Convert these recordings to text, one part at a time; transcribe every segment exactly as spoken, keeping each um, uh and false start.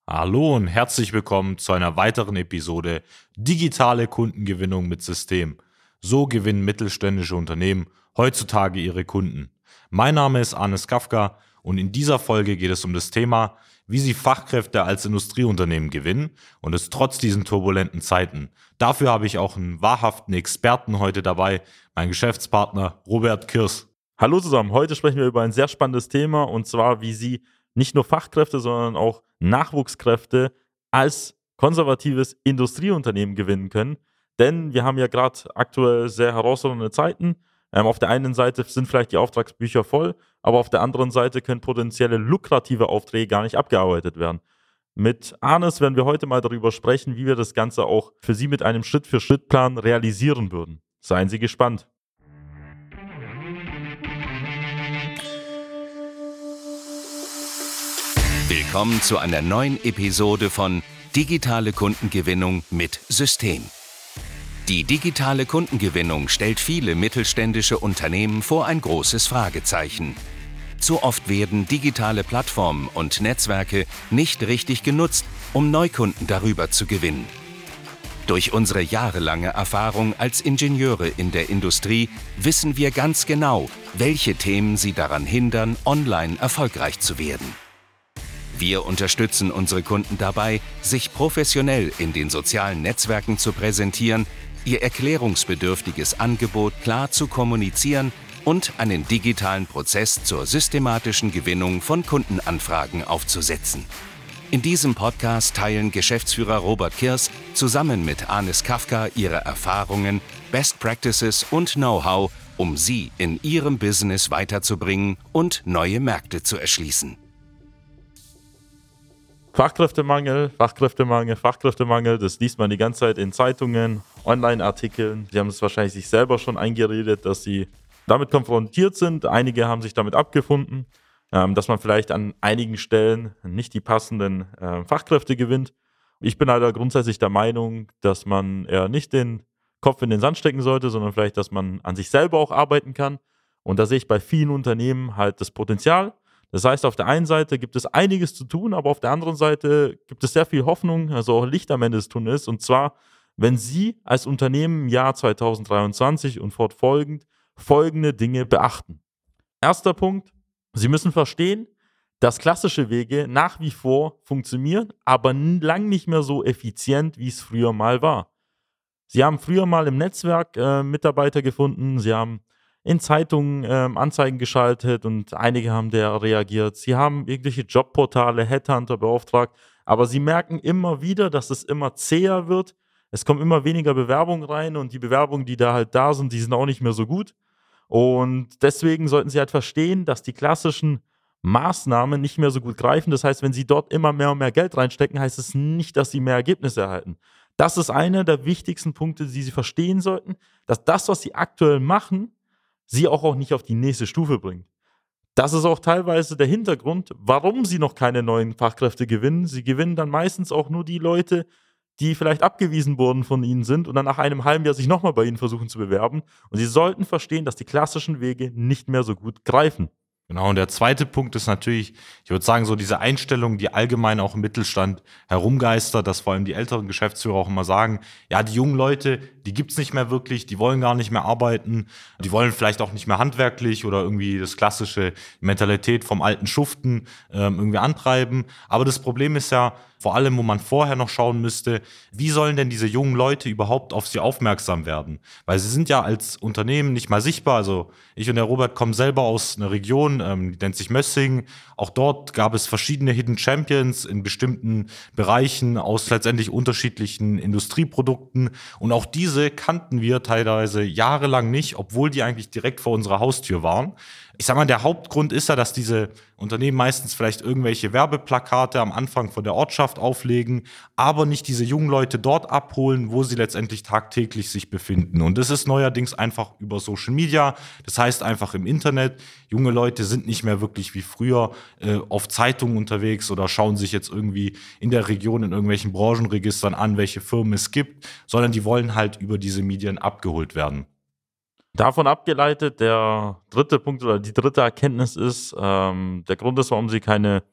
Hallo und herzlich willkommen zu einer weiteren Episode Digitale Kundengewinnung mit System. So gewinnen mittelständische Unternehmen heutzutage ihre Kunden. Mein Name ist Anis Kafka und in dieser Folge geht es um das Thema, wie Sie Fachkräfte als Industrieunternehmen gewinnen und es trotz diesen turbulenten Zeiten. Dafür habe ich auch einen wahrhaften Experten heute dabei, mein Geschäftspartner Robert Kirs. Hallo zusammen, heute sprechen wir über ein sehr spannendes Thema und zwar, wie Sie nicht nur Fachkräfte, sondern auch Nachwuchskräfte als konservatives Industrieunternehmen gewinnen können. Denn wir haben ja gerade aktuell sehr herausfordernde Zeiten. Ähm, auf der einen Seite sind vielleicht die Auftragsbücher voll, aber auf der anderen Seite können potenzielle lukrative Aufträge gar nicht abgearbeitet werden. Mit Arnes werden wir heute mal darüber sprechen, wie wir das Ganze auch für Sie mit einem Schritt-für-Schritt-Plan realisieren würden. Seien Sie gespannt. Willkommen zu einer neuen Episode von Digitale Kundengewinnung mit System. Die digitale Kundengewinnung stellt viele mittelständische Unternehmen vor ein großes Fragezeichen. Zu oft werden digitale Plattformen und Netzwerke nicht richtig genutzt, um Neukunden darüber zu gewinnen. Durch unsere jahrelange Erfahrung als Ingenieure in der Industrie wissen wir ganz genau, welche Themen sie daran hindern, online erfolgreich zu werden. Wir unterstützen unsere Kunden dabei, sich professionell in den sozialen Netzwerken zu präsentieren, ihr erklärungsbedürftiges Angebot klar zu kommunizieren und einen digitalen Prozess zur systematischen Gewinnung von Kundenanfragen aufzusetzen. In diesem Podcast teilen Geschäftsführer Robert Kirs zusammen mit Anis Kafka ihre Erfahrungen, Best Practices und Know-how, um sie in ihrem Business weiterzubringen und neue Märkte zu erschließen. Fachkräftemangel, Fachkräftemangel, Fachkräftemangel, das liest man die ganze Zeit in Zeitungen, Online-Artikeln. Sie haben es wahrscheinlich sich selber schon eingeredet, dass Sie damit konfrontiert sind. Einige haben sich damit abgefunden, ähm, dass man vielleicht an einigen Stellen nicht die passenden äh, Fachkräfte gewinnt. Ich bin leider grundsätzlich der Meinung, dass man eher nicht den Kopf in den Sand stecken sollte, sondern vielleicht, dass man an sich selber auch arbeiten kann. Und da sehe ich bei vielen Unternehmen halt das Potenzial. Das heißt, auf der einen Seite gibt es einiges zu tun, aber auf der anderen Seite gibt es sehr viel Hoffnung, also auch Licht am Ende des Tunnels. Und zwar, wenn Sie als Unternehmen im Jahr zwanzig dreiundzwanzig und fortfolgend folgende Dinge beachten. Erster Punkt, Sie müssen verstehen, dass klassische Wege nach wie vor funktionieren, aber lang nicht mehr so effizient, wie es früher mal war. Sie haben früher mal im Netzwerk äh, Mitarbeiter gefunden, Sie haben in Zeitungen ähm, Anzeigen geschaltet und einige haben da reagiert. Sie haben irgendwelche Jobportale, Headhunter beauftragt, aber sie merken immer wieder, dass es immer zäher wird. Es kommen immer weniger Bewerbungen rein und die Bewerbungen, die da halt da sind, die sind auch nicht mehr so gut. Und deswegen sollten Sie halt verstehen, dass die klassischen Maßnahmen nicht mehr so gut greifen. Das heißt, wenn Sie dort immer mehr und mehr Geld reinstecken, heißt es nicht, dass Sie mehr Ergebnisse erhalten. Das ist einer der wichtigsten Punkte, die Sie verstehen sollten, dass das, was Sie aktuell machen, sie auch, auch nicht auf die nächste Stufe bringt. Das ist auch teilweise der Hintergrund, warum sie noch keine neuen Fachkräfte gewinnen. Sie gewinnen dann meistens auch nur die Leute, die vielleicht abgewiesen worden von ihnen sind und dann nach einem halben Jahr sich nochmal bei ihnen versuchen zu bewerben. Und sie sollten verstehen, dass die klassischen Wege nicht mehr so gut greifen. Genau, und der zweite Punkt ist natürlich, ich würde sagen, so diese Einstellung, die allgemein auch im Mittelstand herumgeistert, dass vor allem die älteren Geschäftsführer auch immer sagen, ja, die jungen Leute, die gibt's nicht mehr wirklich, die wollen gar nicht mehr arbeiten, die wollen vielleicht auch nicht mehr handwerklich oder irgendwie das klassische Mentalität vom alten Schuften ähm, irgendwie antreiben. Aber das Problem ist ja, vor allem, wo man vorher noch schauen müsste, wie sollen denn diese jungen Leute überhaupt auf sie aufmerksam werden? Weil sie sind ja als Unternehmen nicht mal sichtbar. Also ich und der Robert kommen selber aus einer Region, ähm, die nennt sich Mössingen. Auch dort gab es verschiedene Hidden Champions in bestimmten Bereichen aus letztendlich unterschiedlichen Industrieprodukten. Und auch diese kannten wir teilweise jahrelang nicht, obwohl die eigentlich direkt vor unserer Haustür waren. Ich sag mal, der Hauptgrund ist ja, dass diese Unternehmen meistens vielleicht irgendwelche Werbeplakate am Anfang von der Ortschaft auflegen, aber nicht diese jungen Leute dort abholen, wo sie letztendlich tagtäglich sich befinden. Und das ist neuerdings einfach über Social Media, das heißt einfach im Internet. Junge Leute sind nicht mehr wirklich wie früher äh, auf Zeitungen unterwegs oder schauen sich jetzt irgendwie in der Region in irgendwelchen Branchenregistern an, welche Firmen es gibt, sondern die wollen halt über diese Medien abgeholt werden. Davon abgeleitet, der dritte Punkt oder die dritte Erkenntnis ist, ähm, der Grund ist, warum Sie keine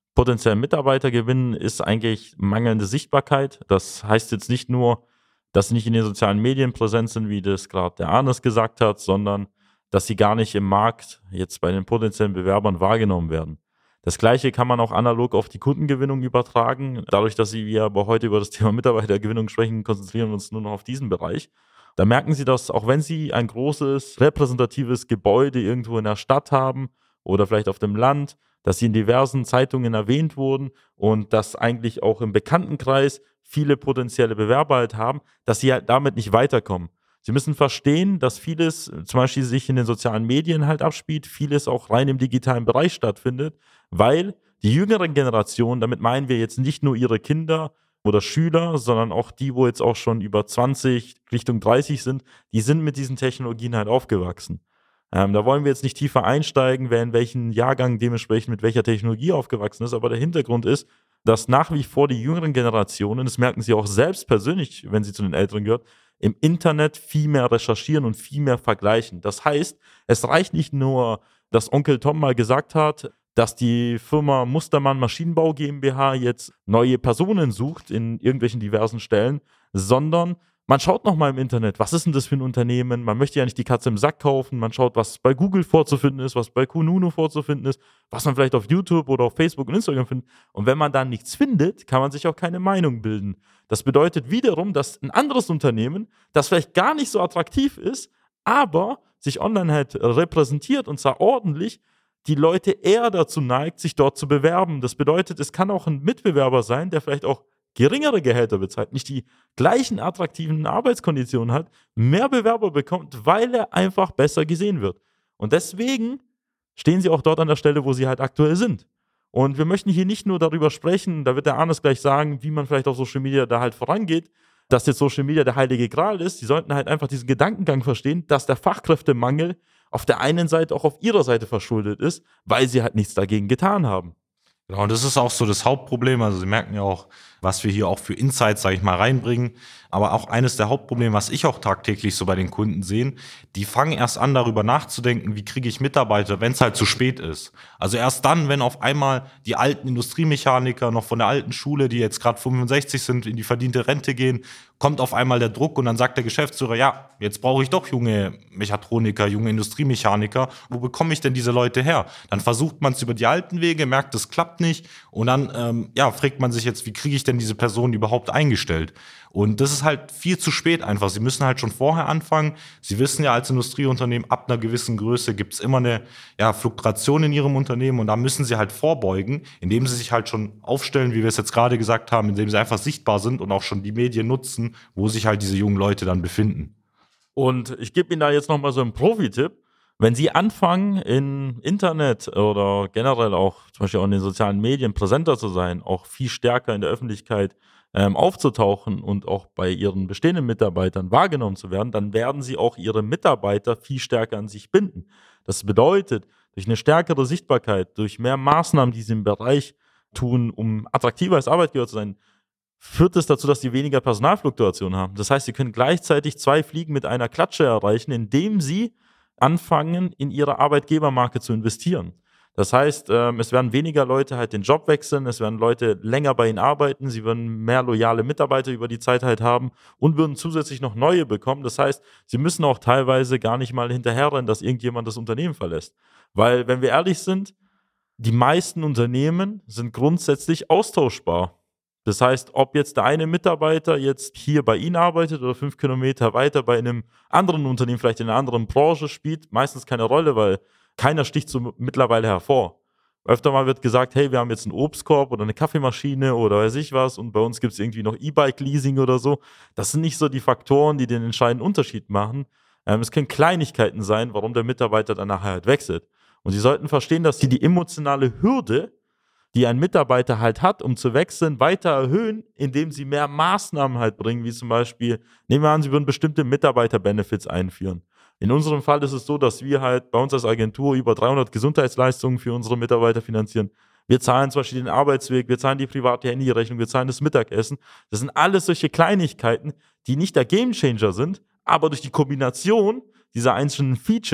potenziellen Mitarbeiter gewinnen, ist eigentlich mangelnde Sichtbarkeit. Das heißt jetzt nicht nur, dass sie nicht in den sozialen Medien präsent sind, wie das gerade der Arnes gesagt hat, sondern dass sie gar nicht im Markt jetzt bei den potenziellen Bewerbern wahrgenommen werden. Das Gleiche kann man auch analog auf die Kundengewinnung übertragen. Dadurch, dass wir aber heute über das Thema Mitarbeitergewinnung sprechen, konzentrieren wir uns nur noch auf diesen Bereich. Da merken Sie, dass auch wenn Sie ein großes, repräsentatives Gebäude irgendwo in der Stadt haben oder vielleicht auf dem Land, dass Sie in diversen Zeitungen erwähnt wurden und dass eigentlich auch im Bekanntenkreis viele potenzielle Bewerber halt haben, dass Sie halt damit nicht weiterkommen. Sie müssen verstehen, dass vieles zum Beispiel sich in den sozialen Medien halt abspielt, vieles auch rein im digitalen Bereich stattfindet, weil die jüngeren Generationen, damit meinen wir jetzt nicht nur ihre Kinder oder Schüler, sondern auch die, wo jetzt auch schon über zwanzig, Richtung dreißig sind, die sind mit diesen Technologien halt aufgewachsen. Ähm, da wollen wir jetzt nicht tiefer einsteigen, wer in welchen Jahrgang dementsprechend mit welcher Technologie aufgewachsen ist, aber der Hintergrund ist, dass nach wie vor die jüngeren Generationen, das merken sie auch selbst persönlich, wenn sie zu den Älteren gehört, im Internet viel mehr recherchieren und viel mehr vergleichen. Das heißt, es reicht nicht nur, dass Onkel Tom mal gesagt hat, dass die Firma Mustermann Maschinenbau GmbH jetzt neue Personen sucht in irgendwelchen diversen Stellen, sondern man schaut nochmal im Internet, was ist denn das für ein Unternehmen? Man möchte ja nicht die Katze im Sack kaufen. Man schaut, was bei Google vorzufinden ist, was bei Kununu vorzufinden ist, was man vielleicht auf YouTube oder auf Facebook und Instagram findet. Und wenn man da nichts findet, kann man sich auch keine Meinung bilden. Das bedeutet wiederum, dass ein anderes Unternehmen, das vielleicht gar nicht so attraktiv ist, aber sich online halt repräsentiert und zwar ordentlich, die Leute eher dazu neigt, sich dort zu bewerben. Das bedeutet, es kann auch ein Mitbewerber sein, der vielleicht auch geringere Gehälter bezahlt, nicht die gleichen attraktiven Arbeitskonditionen hat, mehr Bewerber bekommt, weil er einfach besser gesehen wird. Und deswegen stehen sie auch dort an der Stelle, wo sie halt aktuell sind. Und wir möchten hier nicht nur darüber sprechen, da wird der Arnes gleich sagen, wie man vielleicht auf Social Media da halt vorangeht, dass jetzt Social Media der heilige Gral ist. Sie sollten halt einfach diesen Gedankengang verstehen, dass der Fachkräftemangel auf der einen Seite auch auf ihrer Seite verschuldet ist, weil sie halt nichts dagegen getan haben. Genau, und das ist auch so das Hauptproblem. Also Sie merken ja auch, was wir hier auch für Insights, sage ich mal, reinbringen. Aber auch eines der Hauptprobleme, was ich auch tagtäglich so bei den Kunden sehe, die fangen erst an, darüber nachzudenken, wie kriege ich Mitarbeiter, wenn es halt zu spät ist. Also erst dann, wenn auf einmal die alten Industriemechaniker noch von der alten Schule, die jetzt gerade fünfundsechzig sind, in die verdiente Rente gehen, kommt auf einmal der Druck und dann sagt der Geschäftsführer, ja, jetzt brauche ich doch junge Mechatroniker, junge Industriemechaniker. Wo bekomme ich denn diese Leute her? Dann versucht man es über die alten Wege, merkt, es klappt nicht und dann ähm, ja, fragt man sich jetzt, wie kriege ich denn diese Person überhaupt eingestellt? Und das ist halt viel zu spät einfach. Sie müssen halt schon vorher anfangen. Sie wissen ja als Industrieunternehmen, ab einer gewissen Größe gibt es immer eine ja, Fluktuation in ihrem Unternehmen und da müssen sie halt vorbeugen, indem sie sich halt schon aufstellen, wie wir es jetzt gerade gesagt haben, indem sie einfach sichtbar sind und auch schon die Medien nutzen, wo sich halt diese jungen Leute dann befinden. Und ich gebe Ihnen da jetzt nochmal so einen Profi-Tipp. Wenn Sie anfangen, im Internet oder generell auch zum Beispiel auch in den sozialen Medien präsenter zu sein, auch viel stärker in der Öffentlichkeit ähm, aufzutauchen und auch bei Ihren bestehenden Mitarbeitern wahrgenommen zu werden, dann werden Sie auch Ihre Mitarbeiter viel stärker an sich binden. Das bedeutet, durch eine stärkere Sichtbarkeit, durch mehr Maßnahmen, die Sie im Bereich tun, um attraktiver als Arbeitgeber zu sein, führt es dazu, dass Sie weniger Personalfluktuation haben. Das heißt, Sie können gleichzeitig zwei Fliegen mit einer Klatsche erreichen, indem Sie anfangen, in ihre Arbeitgebermarke zu investieren. Das heißt, ähm, es werden weniger Leute halt den Job wechseln, es werden Leute länger bei ihnen arbeiten, sie würden mehr loyale Mitarbeiter über die Zeit halt haben und würden zusätzlich noch neue bekommen. Das heißt, sie müssen auch teilweise gar nicht mal hinterherrennen, dass irgendjemand das Unternehmen verlässt. Weil, wenn wir ehrlich sind, die meisten Unternehmen sind grundsätzlich austauschbar. Das heißt, ob jetzt der eine Mitarbeiter jetzt hier bei Ihnen arbeitet oder fünf Kilometer weiter bei einem anderen Unternehmen, vielleicht in einer anderen Branche, spielt meistens keine Rolle, weil keiner sticht so mittlerweile hervor. Öfter mal wird gesagt, hey, wir haben jetzt einen Obstkorb oder eine Kaffeemaschine oder weiß ich was und bei uns gibt es irgendwie noch E-Bike-Leasing oder so. Das sind nicht so die Faktoren, die den entscheidenden Unterschied machen. Ähm, es können Kleinigkeiten sein, warum der Mitarbeiter dann nachher halt wechselt. Und Sie sollten verstehen, dass Sie die emotionale Hürde, die ein Mitarbeiter halt hat, um zu wechseln, weiter erhöhen, indem sie mehr Maßnahmen halt bringen, wie zum Beispiel, nehmen wir an, sie würden bestimmte Mitarbeiter-Benefits einführen. In unserem Fall ist es so, dass wir halt bei uns als Agentur über dreihundert Gesundheitsleistungen für unsere Mitarbeiter finanzieren. Wir zahlen zum Beispiel den Arbeitsweg, wir zahlen die private Handyrechnung, wir zahlen das Mittagessen. Das sind alles solche Kleinigkeiten, die nicht der Gamechanger sind, aber durch die Kombination dieser einzelnen Features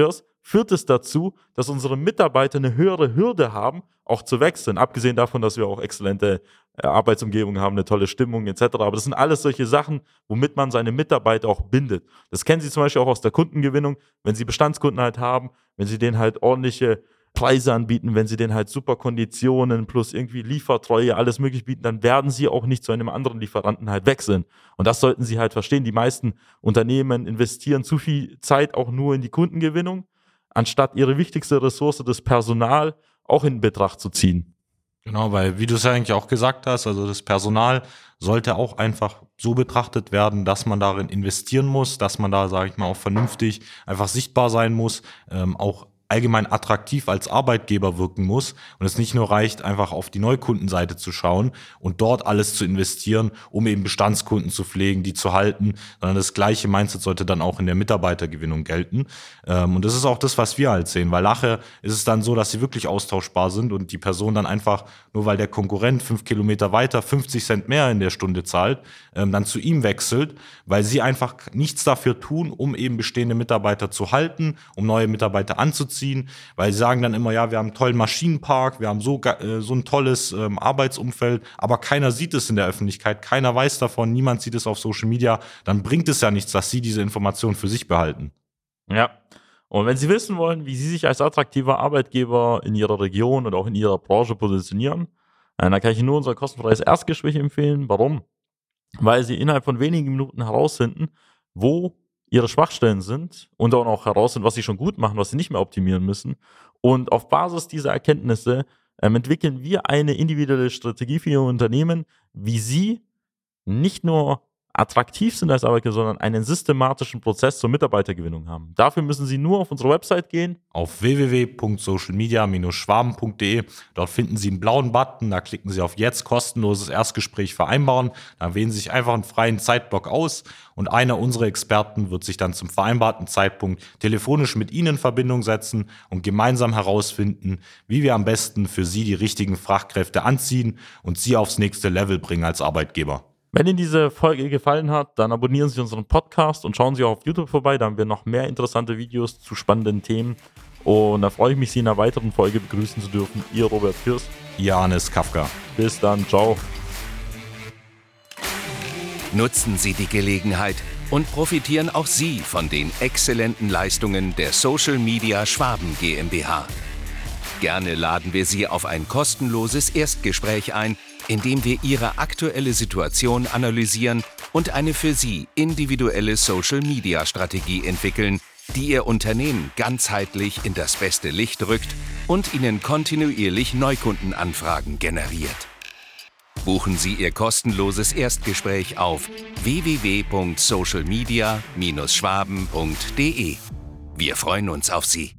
führt es dazu, dass unsere Mitarbeiter eine höhere Hürde haben, auch zu wechseln. Abgesehen davon, dass wir auch exzellente äh, Arbeitsumgebungen haben, eine tolle Stimmung et cetera. Aber das sind alles solche Sachen, womit man seine Mitarbeiter auch bindet. Das kennen Sie zum Beispiel auch aus der Kundengewinnung, wenn Sie Bestandskunden halt haben, wenn Sie denen halt ordentliche Preise anbieten, wenn Sie denen halt super Konditionen plus irgendwie Liefertreue, alles möglich bieten, dann werden Sie auch nicht zu einem anderen Lieferanten halt wechseln. Und das sollten Sie halt verstehen. Die meisten Unternehmen investieren zu viel Zeit auch nur in die Kundengewinnung, anstatt ihre wichtigste Ressource, das Personal, auch in Betracht zu ziehen. Genau, weil wie du es ja eigentlich auch gesagt hast, also das Personal sollte auch einfach so betrachtet werden, dass man darin investieren muss, dass man da, sage ich mal, auch vernünftig einfach sichtbar sein muss, ähm, auch allgemein attraktiv als Arbeitgeber wirken muss und es nicht nur reicht, einfach auf die Neukundenseite zu schauen und dort alles zu investieren, um eben Bestandskunden zu pflegen, die zu halten, sondern das gleiche Mindset sollte dann auch in der Mitarbeitergewinnung gelten. Und das ist auch das, was wir halt sehen, weil nachher ist es dann so, dass sie wirklich austauschbar sind und die Person dann einfach, nur weil der Konkurrent fünf Kilometer weiter fünfzig Cent mehr in der Stunde zahlt, dann zu ihm wechselt, weil sie einfach nichts dafür tun, um eben bestehende Mitarbeiter zu halten, um neue Mitarbeiter anzuziehen, weil sie sagen dann immer, ja, wir haben einen tollen Maschinenpark, wir haben so, äh, so ein tolles ähm, Arbeitsumfeld, aber keiner sieht es in der Öffentlichkeit, keiner weiß davon, niemand sieht es auf Social Media, dann bringt es ja nichts, dass sie diese Information für sich behalten. Ja, und wenn Sie wissen wollen, wie Sie sich als attraktiver Arbeitgeber in Ihrer Region oder auch in Ihrer Branche positionieren, äh, dann kann ich Ihnen nur unser kostenfreies Erstgespräch empfehlen. Warum? Weil Sie innerhalb von wenigen Minuten herausfinden, wo Ihre Schwachstellen sind und auch noch herausfinden, was Sie schon gut machen, was Sie nicht mehr optimieren müssen. Und auf Basis dieser Erkenntnisse ähm, entwickeln wir eine individuelle Strategie für Ihr Unternehmen, wie Sie nicht nur attraktiv sind als Arbeitgeber, sondern einen systematischen Prozess zur Mitarbeitergewinnung haben. Dafür müssen Sie nur auf unsere Website gehen. Auf w w w punkt social media dash schwaben punkt d e. Dort finden Sie einen blauen Button, da klicken Sie auf Jetzt kostenloses Erstgespräch vereinbaren. Da wählen Sie sich einfach einen freien Zeitblock aus und einer unserer Experten wird sich dann zum vereinbarten Zeitpunkt telefonisch mit Ihnen in Verbindung setzen und gemeinsam herausfinden, wie wir am besten für Sie die richtigen Fachkräfte anziehen und Sie aufs nächste Level bringen als Arbeitgeber. Wenn Ihnen diese Folge gefallen hat, dann abonnieren Sie unseren Podcast und schauen Sie auch auf YouTube vorbei. Da haben wir noch mehr interessante Videos zu spannenden Themen. Und da freue ich mich, Sie in einer weiteren Folge begrüßen zu dürfen. Ihr Robert Fürst. Ihr Hannes Kafka. Bis dann. Ciao. Nutzen Sie die Gelegenheit und profitieren auch Sie von den exzellenten Leistungen der Social Media Schwaben GmbH. Gerne laden wir Sie auf ein kostenloses Erstgespräch ein, in dem wir Ihre aktuelle Situation analysieren und eine für Sie individuelle Social-Media-Strategie entwickeln, die Ihr Unternehmen ganzheitlich in das beste Licht rückt und Ihnen kontinuierlich Neukundenanfragen generiert. Buchen Sie Ihr kostenloses Erstgespräch auf w w w punkt social media dash schwaben punkt d e. Wir freuen uns auf Sie.